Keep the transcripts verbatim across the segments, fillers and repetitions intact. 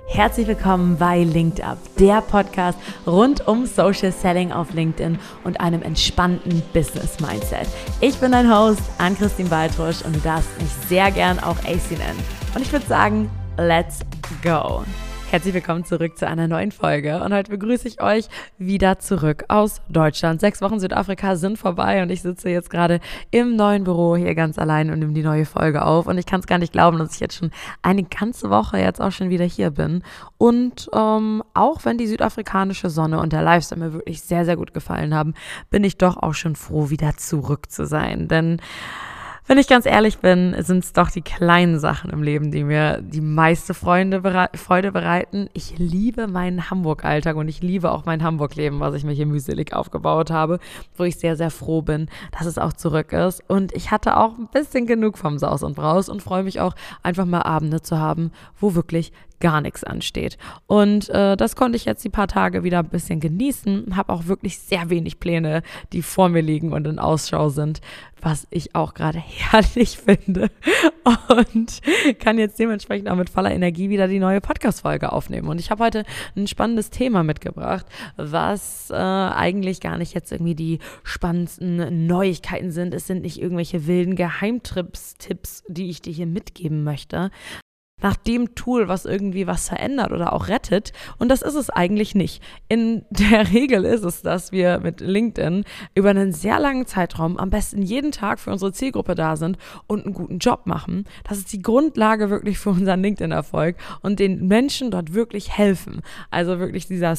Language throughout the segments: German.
Herzlich willkommen bei Linked Up, der Podcast rund um Social Selling auf LinkedIn und einem entspannten Business Mindset. Ich bin dein Host, Ann-Christine Baltrusch, und du darfst mich sehr gern auch A C nennen. Und ich würde sagen, let's go! Herzlich willkommen zurück zu einer neuen Folge, und heute begrüße ich euch wieder zurück aus Deutschland. Sechs Wochen Südafrika sind vorbei und ich sitze jetzt gerade im neuen Büro hier ganz allein und nehme die neue Folge auf, und ich kann es gar nicht glauben, dass ich jetzt schon eine ganze Woche jetzt auch schon wieder hier bin. Und ähm, auch wenn die südafrikanische Sonne und der Lifestyle mir wirklich sehr, sehr gut gefallen haben, bin ich doch auch schon froh, wieder zurück zu sein, denn wenn ich ganz ehrlich bin, sind es doch die kleinen Sachen im Leben, die mir die meiste Freude, bere- Freude bereiten. Ich liebe meinen Hamburg-Alltag und ich liebe auch mein Hamburg-Leben, was ich mir hier mühselig aufgebaut habe, wo ich sehr, sehr froh bin, dass es auch zurück ist. Und ich hatte auch ein bisschen genug vom Saus und Braus und freue mich auch, einfach mal Abende zu haben, wo wirklich gar nichts ansteht. Und äh, das konnte ich jetzt die paar Tage wieder ein bisschen genießen. Habe auch wirklich sehr wenig Pläne, die vor mir liegen und in Ausschau sind, was ich auch gerade herrlich finde. Und kann jetzt dementsprechend auch mit voller Energie wieder die neue Podcast-Folge aufnehmen. Und ich habe heute ein spannendes Thema mitgebracht, was äh, eigentlich gar nicht jetzt irgendwie die spannendsten Neuigkeiten sind. Es sind nicht irgendwelche wilden Geheimtipps, Tipps, die ich dir hier mitgeben möchte, nach dem Tool, was irgendwie was verändert oder auch rettet. Und das ist es eigentlich nicht. In der Regel ist es, dass wir mit LinkedIn über einen sehr langen Zeitraum am besten jeden Tag für unsere Zielgruppe da sind und einen guten Job machen. Das ist die Grundlage wirklich für unseren LinkedIn-Erfolg und den Menschen dort wirklich helfen. Also wirklich dieser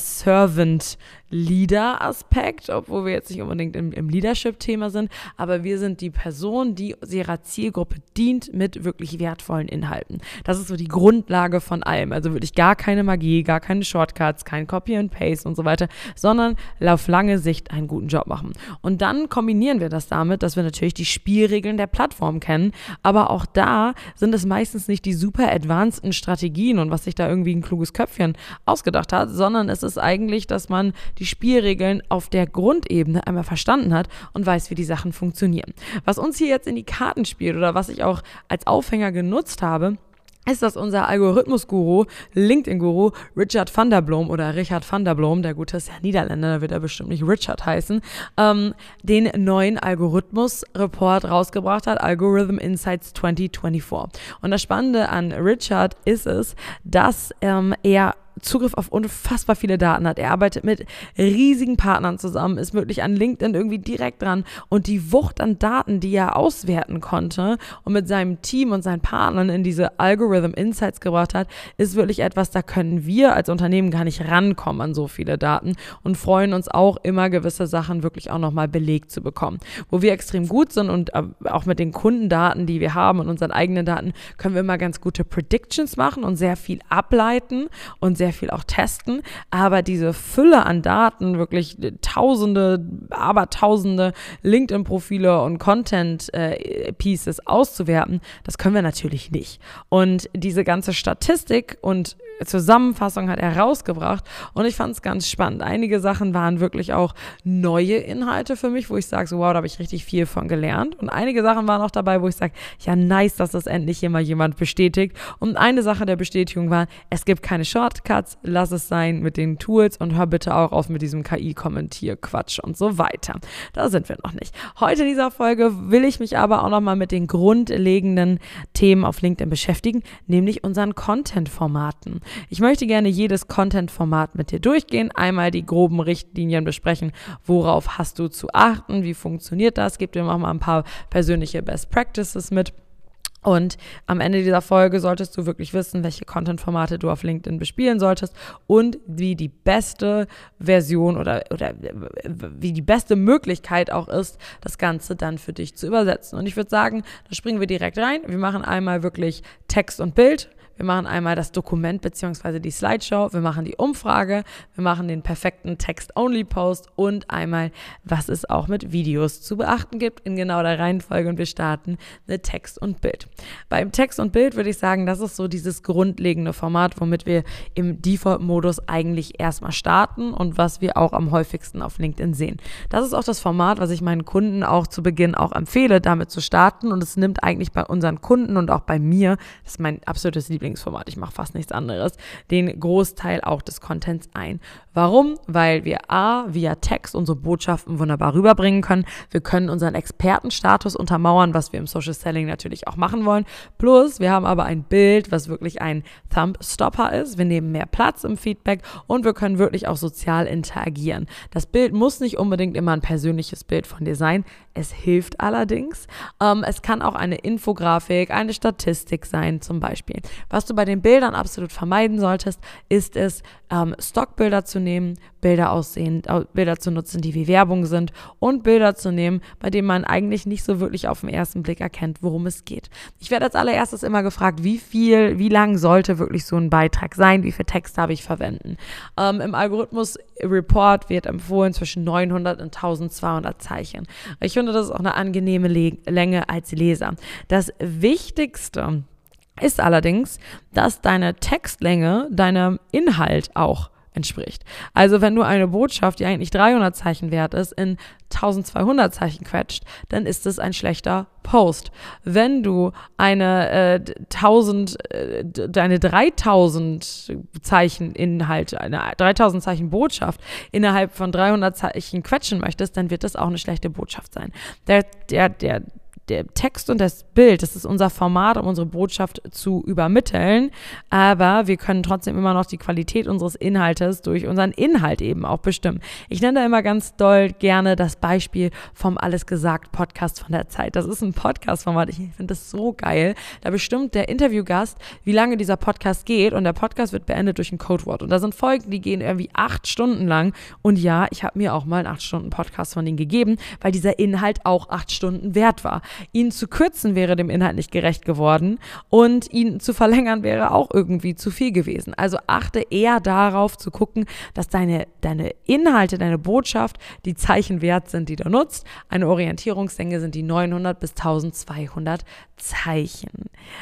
Servant-Leader-Aspekt, obwohl wir jetzt nicht unbedingt im, im Leadership-Thema sind, aber wir sind die Person, die ihrer Zielgruppe dient mit wirklich wertvollen Inhalten. Das ist so die Grundlage von allem. Also wirklich gar keine Magie, gar keine Shortcuts, kein Copy and Paste und so weiter, sondern auf lange Sicht einen guten Job machen. Und dann kombinieren wir das damit, dass wir natürlich die Spielregeln der Plattform kennen, aber auch da sind es meistens nicht die super advanceden Strategien und was sich da irgendwie ein kluges Köpfchen ausgedacht hat, sondern es ist eigentlich, dass man die Spielregeln auf der Grundebene einmal verstanden hat und weiß, wie die Sachen funktionieren. Was uns hier jetzt in die Karten spielt oder was ich auch als Aufhänger genutzt habe, ist, dass unser Algorithmus-Guru, LinkedIn-Guru, Richard van der Bloem oder Richard van der Bloem, der gute ist ja Niederländer, da wird er bestimmt nicht Richard heißen, ähm, den neuen Algorithmus-Report rausgebracht hat, Algorithm Insights zwanzig vierundzwanzig. Und das Spannende an Richard ist es, dass ähm, er Zugriff auf unfassbar viele Daten hat. Er arbeitet mit riesigen Partnern zusammen, ist wirklich an LinkedIn irgendwie direkt dran, und die Wucht an Daten, die er auswerten konnte und mit seinem Team und seinen Partnern in diese Algorithm Insights gebracht hat, ist wirklich etwas, da können wir als Unternehmen gar nicht rankommen an so viele Daten und freuen uns auch immer, gewisse Sachen wirklich auch nochmal belegt zu bekommen. Wo wir extrem gut sind und auch mit den Kundendaten, die wir haben und unseren eigenen Daten, können wir immer ganz gute Predictions machen und sehr viel ableiten und sehr viel auch testen, aber diese Fülle an Daten, wirklich tausende, aber tausende LinkedIn-Profile und Content-Pieces auszuwerten, das können wir natürlich nicht. Und diese ganze Statistik und Zusammenfassung hat er rausgebracht, und ich fand es ganz spannend. Einige Sachen waren wirklich auch neue Inhalte für mich, wo ich sage, so wow, da habe ich richtig viel von gelernt, und einige Sachen waren auch dabei, wo ich sage, ja nice, dass das endlich hier mal jemand bestätigt. Und eine Sache der Bestätigung war, es gibt keine Shortcuts, lass es sein mit den Tools und hör bitte auch auf mit diesem K I-Kommentier-Quatsch und so weiter. Da sind wir noch nicht. Heute in dieser Folge will ich mich aber auch nochmal mit den grundlegenden Themen auf LinkedIn beschäftigen, nämlich unseren Content-Formaten. Ich möchte gerne jedes Content-Format mit dir durchgehen, einmal die groben Richtlinien besprechen, worauf hast du zu achten, wie funktioniert das, gebe dir noch mal ein paar persönliche Best Practices mit. Und am Ende dieser Folge solltest du wirklich wissen, welche Content-Formate du auf LinkedIn bespielen solltest und wie die beste Version oder, oder wie die beste Möglichkeit auch ist, das Ganze dann für dich zu übersetzen. Und ich würde sagen, da springen wir direkt rein. Wir machen einmal wirklich Text und Bild. Wir machen einmal das Dokument bzw. die Slideshow, wir machen die Umfrage, wir machen den perfekten Text-Only-Post und einmal, was es auch mit Videos zu beachten gibt, in genau der Reihenfolge, und wir starten mit Text und Bild. Beim Text und Bild würde ich sagen, das ist so dieses grundlegende Format, womit wir im Default-Modus eigentlich erstmal starten und was wir auch am häufigsten auf LinkedIn sehen. Das ist auch das Format, was ich meinen Kunden auch zu Beginn auch empfehle, damit zu starten, und es nimmt eigentlich bei unseren Kunden und auch bei mir, das ist mein absolutes Lieblingsformat, Lieblingsformat, ich mache fast nichts anderes, den Großteil auch des Contents ein. Warum? Weil wir A, via Text unsere Botschaften wunderbar rüberbringen können. Wir können unseren Expertenstatus untermauern, was wir im Social Selling natürlich auch machen wollen. Plus, wir haben aber ein Bild, was wirklich ein Thumb-Stopper ist. Wir nehmen mehr Platz im Feedback und wir können wirklich auch sozial interagieren. Das Bild muss nicht unbedingt immer ein persönliches Bild von dir sein. Es hilft allerdings. Ähm, es kann auch eine Infografik, eine Statistik sein zum Beispiel. Was du bei den Bildern absolut vermeiden solltest, ist es, ähm, Stockbilder zu nehmen, Bilder aussehen, Bilder zu nutzen, die wie Werbung sind und Bilder zu nehmen, bei denen man eigentlich nicht so wirklich auf den ersten Blick erkennt, worum es geht. Ich werde als allererstes immer gefragt, wie viel, wie lang sollte wirklich so ein Beitrag sein, wie viel Text darf ich verwenden. Ähm, Im Algorithmus-Report wird empfohlen zwischen neunhundert und zwölfhundert Zeichen. Ich finde, das ist auch eine angenehme Le- Länge als Leser. Das Wichtigste ist allerdings, dass deine Textlänge deinem Inhalt auch entspricht. Also wenn du eine Botschaft, die eigentlich dreihundert Zeichen wert ist, in zwölfhundert Zeichen quetscht, dann ist es ein schlechter Post. Wenn du eine äh, tausend, äh, deine dreitausend Zeichen Inhalt, eine dreitausend Zeichen Botschaft innerhalb von dreihundert Zeichen quetschen möchtest, dann wird das auch eine schlechte Botschaft sein. Der, der, der Der Text und das Bild, das ist unser Format, um unsere Botschaft zu übermitteln, aber wir können trotzdem immer noch die Qualität unseres Inhaltes durch unseren Inhalt eben auch bestimmen. Ich nenne da immer ganz doll gerne das Beispiel vom Alles gesagt Podcast von der Zeit. Das ist ein Podcast-Format, ich finde das so geil. Da bestimmt der Interviewgast, wie lange dieser Podcast geht und der Podcast wird beendet durch ein Codewort. Und da sind Folgen, die gehen irgendwie acht Stunden lang und ja, ich habe mir auch mal einen acht Stunden Podcast von denen gegeben, weil dieser Inhalt auch acht Stunden wert war. Ihn zu kürzen wäre dem Inhalt nicht gerecht geworden und ihn zu verlängern wäre auch irgendwie zu viel gewesen. Also achte eher darauf zu gucken, dass deine, deine Inhalte, deine Botschaft die Zeichen wert sind, die du nutzt. Eine Orientierungslänge sind die neunhundert bis zwölfhundert Zeichen.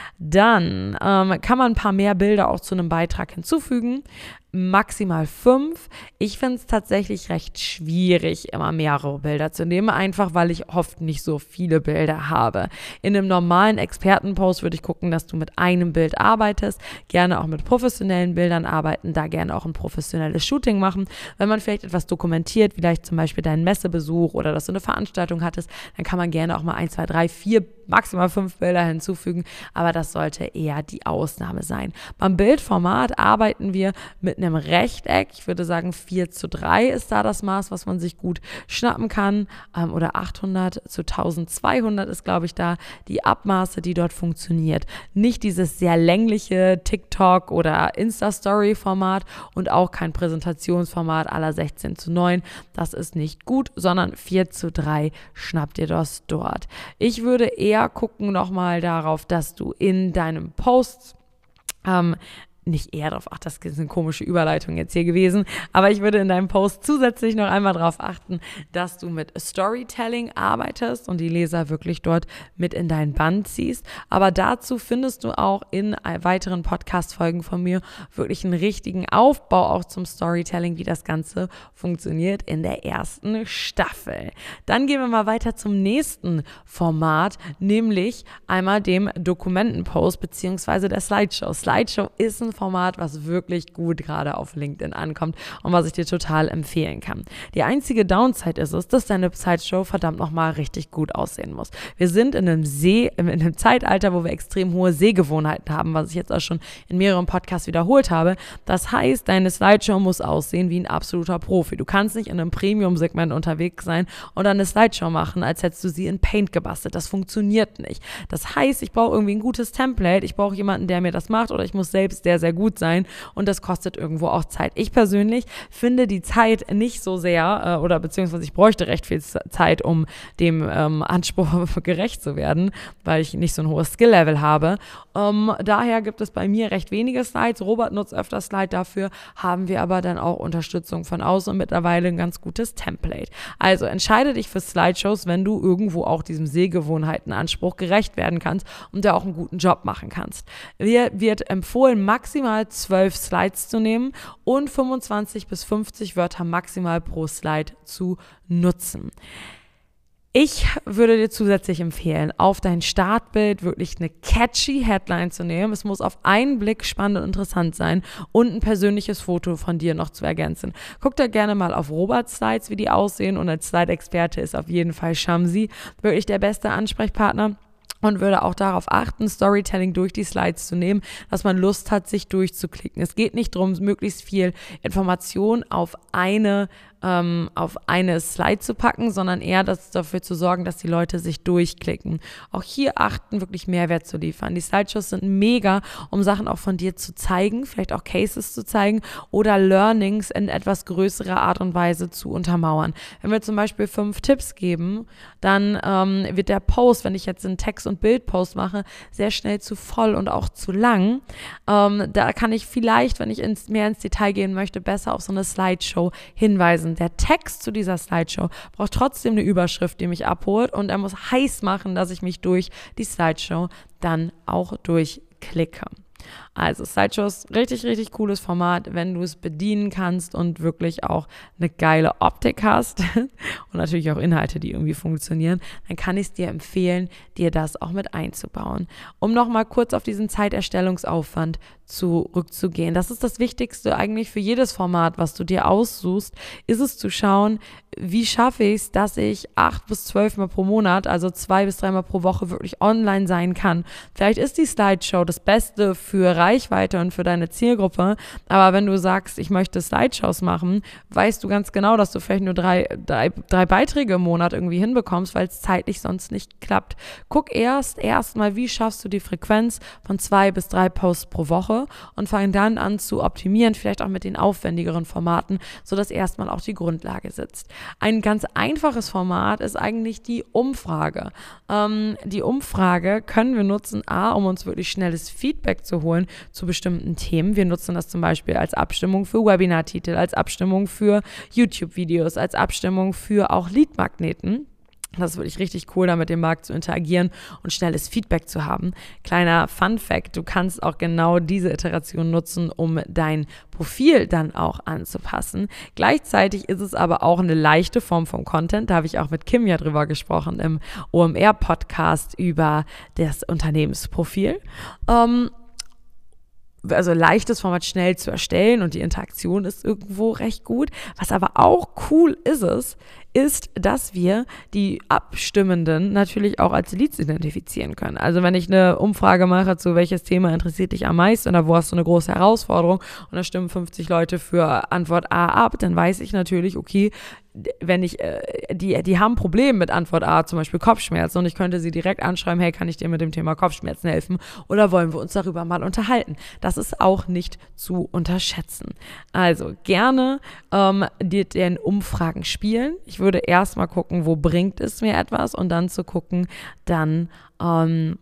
Dann ähm, kann man ein paar mehr Bilder auch zu einem Beitrag hinzufügen. Maximal fünf. Ich finde es tatsächlich recht schwierig, immer mehrere Bilder zu nehmen, einfach weil ich oft nicht so viele Bilder habe. In einem normalen Expertenpost würde ich gucken, dass du mit einem Bild arbeitest, gerne auch mit professionellen Bildern arbeiten, da gerne auch ein professionelles Shooting machen. Wenn man vielleicht etwas dokumentiert, vielleicht zum Beispiel deinen Messebesuch oder dass du eine Veranstaltung hattest, dann kann man gerne auch mal eins, zwei, drei, vier, maximal fünf Bilder hinzufügen, aber das sollte eher die Ausnahme sein. Beim Bildformat arbeiten wir mit einem Rechteck. Ich würde sagen, vier zu drei ist da das Maß, was man sich gut schnappen kann. Ähm, oder achthundert zu zwölfhundert ist, glaube ich, da die Abmaße, die dort funktioniert. Nicht dieses sehr längliche TikTok- oder Insta-Story-Format und auch kein Präsentationsformat à la sechzehn zu neun. Das ist nicht gut, sondern vier zu drei schnappt ihr das dort. Ich würde eher gucken nochmal darauf, dass du in deinem Post ähm, nicht eher darauf, ach, das ist eine komische Überleitung jetzt hier gewesen, aber ich würde in deinem Post zusätzlich noch einmal darauf achten, dass du mit Storytelling arbeitest und die Leser wirklich dort mit in dein Band ziehst. Aber dazu findest du auch in weiteren Podcast-Folgen von mir wirklich einen richtigen Aufbau auch zum Storytelling, wie das Ganze funktioniert in der ersten Staffel. Dann gehen wir mal weiter zum nächsten Format, nämlich einmal dem Dokumentenpost beziehungsweise der Slideshow. Slideshow ist ein Format, was wirklich gut gerade auf LinkedIn ankommt und was ich dir total empfehlen kann. Die einzige Downside ist es, dass deine Slideshow verdammt nochmal richtig gut aussehen muss. Wir sind in einem See, in einem Zeitalter, wo wir extrem hohe Sehgewohnheiten haben, was ich jetzt auch schon in mehreren Podcasts wiederholt habe. Das heißt, deine Slideshow muss aussehen wie ein absoluter Profi. Du kannst nicht in einem Premium-Segment unterwegs sein und eine Slideshow machen, als hättest du sie in Paint gebastelt. Das funktioniert nicht. Das heißt, ich brauche irgendwie ein gutes Template, ich brauche jemanden, der mir das macht oder ich muss selbst sehr, sehr gut sein und das kostet irgendwo auch Zeit. Ich persönlich finde die Zeit nicht so sehr äh, oder beziehungsweise ich bräuchte recht viel Zeit, um dem ähm, Anspruch gerecht zu werden, weil ich nicht so ein hohes Skill-Level habe. Ähm, daher gibt es bei mir recht wenige Slides. Robert nutzt öfter Slide, dafür haben wir aber dann auch Unterstützung von außen und mittlerweile ein ganz gutes Template. Also entscheide dich für Slideshows, wenn du irgendwo auch diesem Sehgewohnheitenanspruch gerecht werden kannst und da auch einen guten Job machen kannst. Dir wird empfohlen, maximal zwölf Slides zu nehmen und fünfundzwanzig bis fünfzig Wörter maximal pro Slide zu nutzen. Ich würde dir zusätzlich empfehlen, auf dein Startbild wirklich eine catchy Headline zu nehmen. Es muss auf einen Blick spannend und interessant sein und ein persönliches Foto von dir noch zu ergänzen. Guck da gerne mal auf Roberts Slides, wie die aussehen, und als Slide-Experte ist auf jeden Fall Shamsi wirklich der beste Ansprechpartner. Und würde auch darauf achten, Storytelling durch die Slides zu nehmen, dass man Lust hat, sich durchzuklicken. Es geht nicht darum, möglichst viel Information auf eine ähm, auf eine Slide zu packen, sondern eher das, dafür zu sorgen, dass die Leute sich durchklicken. Auch hier achten, wirklich Mehrwert zu liefern. Die Slideshows sind mega, um Sachen auch von dir zu zeigen, vielleicht auch Cases zu zeigen oder Learnings in etwas größerer Art und Weise zu untermauern. Wenn wir zum Beispiel fünf Tipps geben, dann ähm, wird der Post, wenn ich jetzt einen Text- und Bildpost mache, sehr schnell zu voll und auch zu lang. Ähm, da kann ich vielleicht, wenn ich ins, mehr ins Detail gehen möchte, besser auf so eine Slideshow hinweisen. Der Text zu dieser Slideshow braucht trotzdem eine Überschrift, die mich abholt, und er muss heiß machen, dass ich mich durch die Slideshow dann auch durchklicke. Also Slideshows, richtig, richtig cooles Format, wenn du es bedienen kannst und wirklich auch eine geile Optik hast und natürlich auch Inhalte, die irgendwie funktionieren, dann kann ich es dir empfehlen, dir das auch mit einzubauen. Um nochmal kurz auf diesen Zeiterstellungsaufwand zurückzugehen. Das ist das Wichtigste eigentlich für jedes Format, was du dir aussuchst, ist es zu schauen, wie schaffe ich es, dass ich acht bis zwölf Mal pro Monat, also zwei bis dreimal pro Woche wirklich online sein kann. Vielleicht ist die Slideshow das Beste für Reichweite und für deine Zielgruppe, aber wenn du sagst, ich möchte Slideshows machen, weißt du ganz genau, dass du vielleicht nur drei, drei, drei Beiträge im Monat irgendwie hinbekommst, weil es zeitlich sonst nicht klappt. Guck erst erstmal, wie schaffst du die Frequenz von zwei bis drei Posts pro Woche und fang dann an zu optimieren, vielleicht auch mit den aufwendigeren Formaten, sodass erstmal auch die Grundlage sitzt. Ein ganz einfaches Format ist eigentlich die Umfrage. Ähm, die Umfrage können wir nutzen, A, um uns wirklich schnelles Feedback zu holen zu bestimmten Themen. Wir nutzen das zum Beispiel als Abstimmung für Webinartitel, als Abstimmung für YouTube-Videos, als Abstimmung für auch Leadmagneten. Das ist wirklich richtig cool, da mit dem Markt zu interagieren und schnelles Feedback zu haben. Kleiner Fun-Fact, du kannst auch genau diese Iteration nutzen, um dein Profil dann auch anzupassen. Gleichzeitig ist es aber auch eine leichte Form von Content. Da habe ich auch mit Kim ja drüber gesprochen im O M R-Podcast über das Unternehmensprofil. Ähm, also leichtes Format schnell zu erstellen und die Interaktion ist irgendwo recht gut. Was aber auch cool ist es, ist, dass wir die Abstimmenden natürlich auch als Leads identifizieren können. Also wenn ich eine Umfrage mache, zu welches Thema interessiert dich am meisten oder wo hast du eine große Herausforderung und da stimmen fünfzig Leute für Antwort A ab, dann weiß ich natürlich, okay, wenn ich, äh, die, die haben ein Problem mit Antwort A, zum Beispiel Kopfschmerzen, und ich könnte sie direkt anschreiben, hey, kann ich dir mit dem Thema Kopfschmerzen helfen oder wollen wir uns darüber mal unterhalten? Das ist auch nicht zu unterschätzen. Also gerne ähm, die, den Umfragen spielen. Ich würde erst mal gucken, wo bringt es mir etwas und dann zu gucken, dann ähm,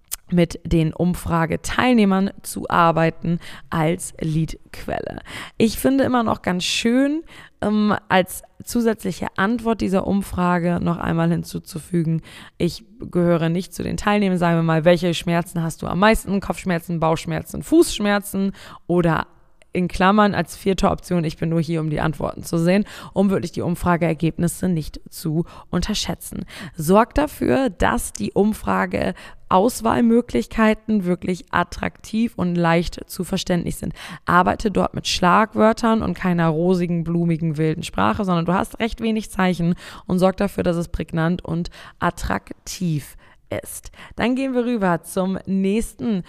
mit den Umfrageteilnehmern zu arbeiten als Leadquelle. Ich finde immer noch ganz schön, ähm, als zusätzliche Antwort dieser Umfrage noch einmal hinzuzufügen, ich gehöre nicht zu den Teilnehmern, sagen wir mal, welche Schmerzen hast du am meisten? Kopfschmerzen, Bauchschmerzen, Fußschmerzen oder in Klammern als vierte Option, ich bin nur hier, um die Antworten zu sehen, um wirklich die Umfrageergebnisse nicht zu unterschätzen. Sorgt dafür, dass die Umfrage Auswahlmöglichkeiten wirklich attraktiv und leicht zu verständlich sind. Arbeite dort mit Schlagwörtern und keiner rosigen, blumigen, wilden Sprache, sondern du hast recht wenig Zeichen und sorg dafür, dass es prägnant und attraktiv ist. Dann gehen wir rüber zum nächsten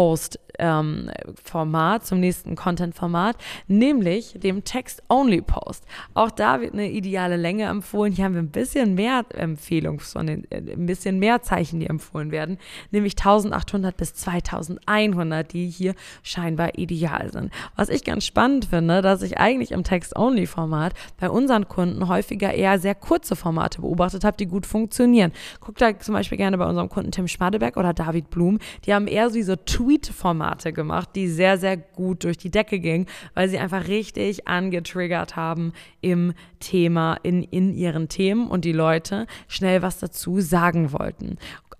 Post-Format, ähm, zum nächsten Content-Format, nämlich dem Text-Only-Post. Auch da wird eine ideale Länge empfohlen. Hier haben wir ein bisschen mehr Empfehlungen, von den, äh, ein bisschen mehr Zeichen, die empfohlen werden, nämlich eintausendachthundert bis zweitausendeinhundert, die hier scheinbar ideal sind. Was ich ganz spannend finde, dass ich eigentlich im Text-Only-Format bei unseren Kunden häufiger eher sehr kurze Formate beobachtet habe, die gut funktionieren. Guck da zum Beispiel gerne bei unserem Kunden Tim Schmadeberg oder David Blum, die haben eher so diese Tweet-Formate gemacht, die sehr, sehr gut durch die Decke gingen, weil sie einfach richtig angetriggert haben im Thema, in, in ihren Themen und die Leute schnell was dazu sagen wollten.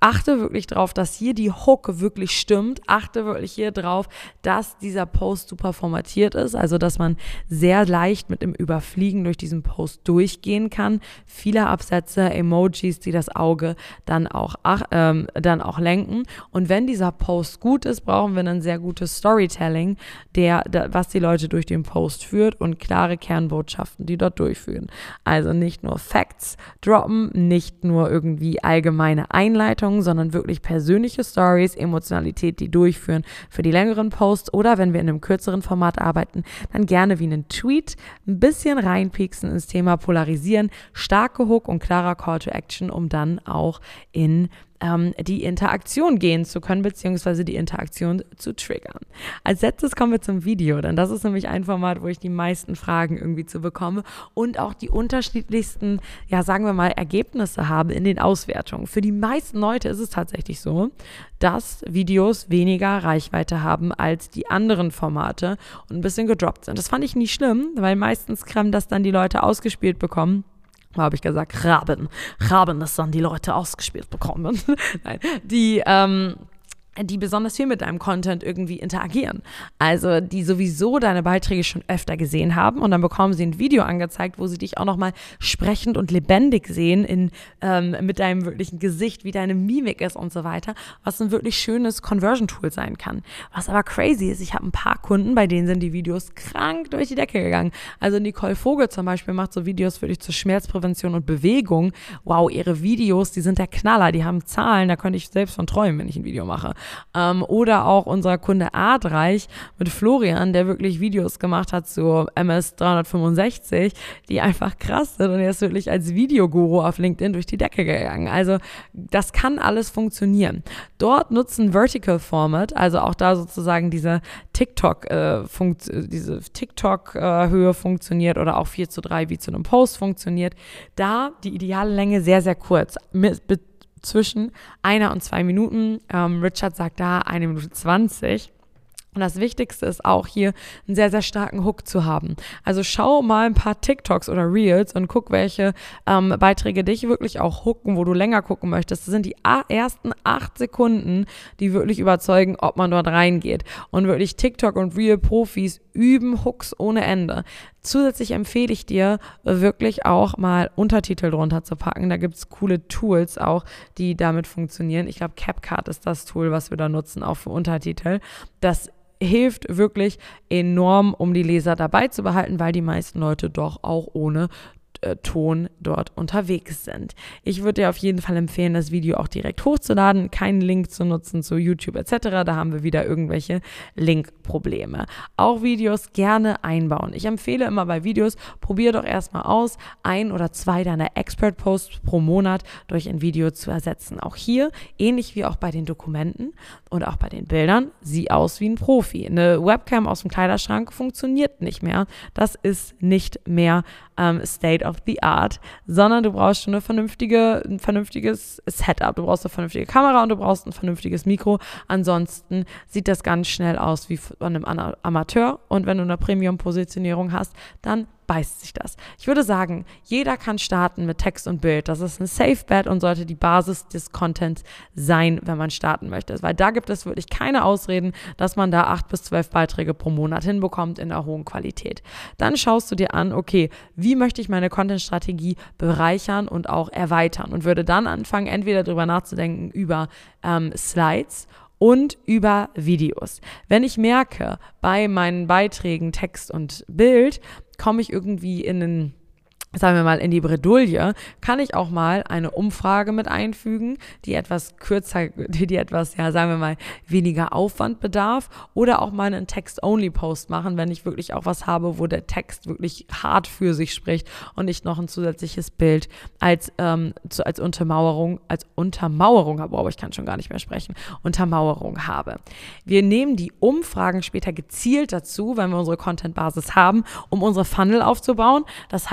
achte wirklich drauf, dass hier die Hook wirklich stimmt. Achte wirklich hier drauf, dass dieser Post super formatiert ist, also dass man sehr leicht mit dem Überfliegen durch diesen Post durchgehen kann. Viele Absätze, Emojis, die das Auge dann auch, ach, ähm, dann auch lenken. Und wenn dieser Post gut ist, brauchen wir ein sehr gutes Storytelling, der, der, was die Leute durch den Post führt und klare Kernbotschaften, die dort durchführen. Also nicht nur Facts droppen, nicht nur irgendwie allgemeine Einleitungen, sondern wirklich persönliche Stories, Emotionalität, die durchführen für die längeren Posts oder wenn wir in einem kürzeren Format arbeiten, dann gerne wie einen Tweet ein bisschen reinpieksen ins Thema polarisieren, starke Hook und klarer Call to Action, um dann auch in ähm, die Interaktion gehen zu können, beziehungsweise die Interaktion zu triggern. Als letztes kommen wir zum Video, denn das ist nämlich ein Format, wo ich die meisten Fragen irgendwie zu bekomme und auch die unterschiedlichsten, ja sagen wir mal, Ergebnisse habe in den Auswertungen. Für die meisten Leute ist es tatsächlich so, dass Videos weniger Reichweite haben als die anderen Formate und ein bisschen gedroppt sind. Das fand ich nicht schlimm, weil meistens haben das dann die Leute ausgespielt bekommen. Da habe ich gesagt, Raben. Raben, das dann die Leute ausgespielt bekommen. Nein, die, ähm, die besonders viel mit deinem Content irgendwie interagieren. Also die sowieso deine Beiträge schon öfter gesehen haben und dann bekommen sie ein Video angezeigt, wo sie dich auch nochmal sprechend und lebendig sehen in, ähm, mit deinem wirklichen Gesicht, wie deine Mimik ist und so weiter, was ein wirklich schönes Conversion-Tool sein kann. Was aber crazy ist, ich habe ein paar Kunden, bei denen sind die Videos krank durch die Decke gegangen. Also Nicole Vogel zum Beispiel macht so Videos wirklich zur Schmerzprävention und Bewegung. Wow, ihre Videos, die sind der Knaller, die haben Zahlen, da könnte ich selbst von träumen, wenn ich ein Video mache. Ähm, oder auch unser Kunde Adreich mit Florian, der wirklich Videos gemacht hat zu M S dreihundertfünfundsechzig, die einfach krass sind und er ist wirklich als Videoguru auf LinkedIn durch die Decke gegangen. Also das kann alles funktionieren. Dort nutzen Vertical Format, also auch da sozusagen diese TikTok, äh, funkt, diese TikTok-Höhe äh, funktioniert oder auch vier zu drei wie zu einem Post funktioniert. Da die ideale Länge sehr, sehr kurz, mit, mit zwischen einer und zwei Minuten. Ähm, Richard sagt da eine Minute zwanzig. Und das Wichtigste ist auch hier, einen sehr, sehr starken Hook zu haben. Also schau mal ein paar TikToks oder Reels und guck, welche ähm, Beiträge dich wirklich auch hooken, wo du länger gucken möchtest. Das sind die ersten acht Sekunden, die wirklich überzeugen, ob man dort reingeht. Und wirklich TikTok und Reel-Profis üben Hooks ohne Ende. Zusätzlich empfehle ich dir, wirklich auch mal Untertitel drunter zu packen. Da gibt es coole Tools auch, die damit funktionieren. Ich glaube, CapCut ist das Tool, was wir da nutzen, auch für Untertitel. Das hilft wirklich enorm, um die Leser dabei zu behalten, weil die meisten Leute doch auch ohne äh, Ton dort unterwegs sind. Ich würde dir auf jeden Fall empfehlen, das Video auch direkt hochzuladen, keinen Link zu nutzen zu YouTube et cetera. Da haben wir wieder irgendwelche Link-Probleme. Auch Videos gerne einbauen. Ich empfehle immer bei Videos, probier doch erstmal aus, ein oder zwei deiner Expert-Posts pro Monat durch ein Video zu ersetzen. Auch hier, ähnlich wie auch bei den Dokumenten und auch bei den Bildern, sieh aus wie ein Profi. Eine Webcam aus dem Kleiderschrank funktioniert nicht mehr. Das ist nicht mehr ähm, State of the Art, sondern du brauchst schon eine vernünftige, ein vernünftiges Setup. Du brauchst eine vernünftige Kamera und du brauchst ein vernünftiges Mikro. Ansonsten sieht das ganz schnell aus wie von einem Amateur und wenn du eine Premium-Positionierung hast, dann beißt sich das. Ich würde sagen, jeder kann starten mit Text und Bild. Das ist ein Safe Bet und sollte die Basis des Contents sein, wenn man starten möchte. Weil da gibt es wirklich keine Ausreden, dass man da acht bis zwölf Beiträge pro Monat hinbekommt in einer hohen Qualität. Dann schaust du dir an, okay, wie möchte ich meine Content-Strategie bereichern und auch erweitern und würde dann anfangen, entweder darüber nachzudenken über ähm, Slides und über Videos. Wenn ich merke, bei meinen Beiträgen Text und Bild komme ich irgendwie in einen, sagen wir mal, in die Bredouille, kann ich auch mal eine Umfrage mit einfügen, die etwas kürzer, die, die etwas, ja, sagen wir mal, weniger Aufwand bedarf oder auch mal einen Text-Only-Post machen, wenn ich wirklich auch was habe, wo der Text wirklich hart für sich spricht und ich noch ein zusätzliches Bild als, ähm, zu, als Untermauerung, als Untermauerung habe, aber ich kann schon gar nicht mehr sprechen, Untermauerung habe. Wir nehmen die Umfragen später gezielt dazu, wenn wir unsere Content-Basis haben, um unsere Funnel aufzubauen. Das heißt, dass wir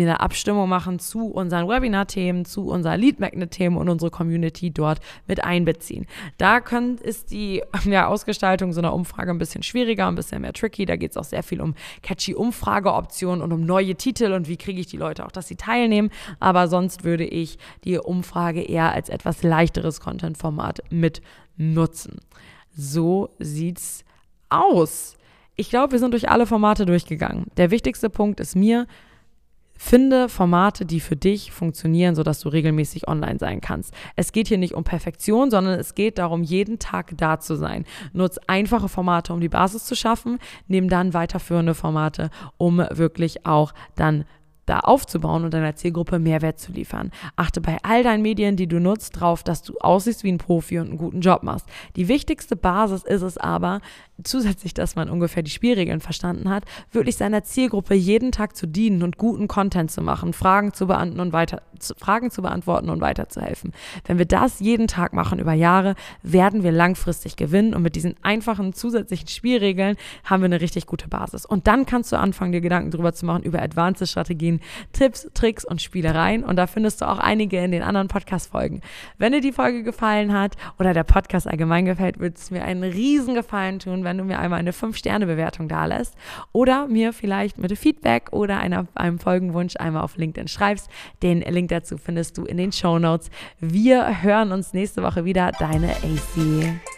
wir eine Abstimmung machen zu unseren Webinar-Themen, zu unseren Lead-Magnet-Themen und unsere Community dort mit einbeziehen. Da können, ist die ja, Ausgestaltung so einer Umfrage ein bisschen schwieriger, ein bisschen mehr tricky. Da geht es auch sehr viel um catchy Umfrageoptionen und um neue Titel und wie kriege ich die Leute auch, dass sie teilnehmen. Aber sonst würde ich die Umfrage eher als etwas leichteres Content-Format mit nutzen. So sieht's aus. Ich glaube, wir sind durch alle Formate durchgegangen. Der wichtigste Punkt ist mir, finde Formate, die für dich funktionieren, sodass du regelmäßig online sein kannst. Es geht hier nicht um Perfektion, sondern es geht darum, jeden Tag da zu sein. Nutz einfache Formate, um die Basis zu schaffen, nimm dann weiterführende Formate, um wirklich auch dann da aufzubauen und deiner Zielgruppe Mehrwert zu liefern. Achte bei all deinen Medien, die du nutzt, darauf, dass du aussiehst wie ein Profi und einen guten Job machst. Die wichtigste Basis ist es aber, zusätzlich, dass man ungefähr die Spielregeln verstanden hat, wirklich seiner Zielgruppe jeden Tag zu dienen und guten Content zu machen, Fragen zu beantworten und weiter, Fragen zu beantworten und weiterzuhelfen. Wenn wir das jeden Tag machen über Jahre, werden wir langfristig gewinnen und mit diesen einfachen zusätzlichen Spielregeln haben wir eine richtig gute Basis. Und dann kannst du anfangen, dir Gedanken darüber zu machen, über Advanced Strategien, Tipps, Tricks und Spielereien, und da findest du auch einige in den anderen Podcast-Folgen. Wenn dir die Folge gefallen hat oder der Podcast allgemein gefällt, würde es mir einen riesen Gefallen tun, wenn du mir einmal eine fünf Sterne Bewertung dalässt oder mir vielleicht mit Feedback oder einer, einem Folgenwunsch einmal auf LinkedIn schreibst. Den Link dazu findest du in den Shownotes. Wir hören uns nächste Woche wieder. Deine A C.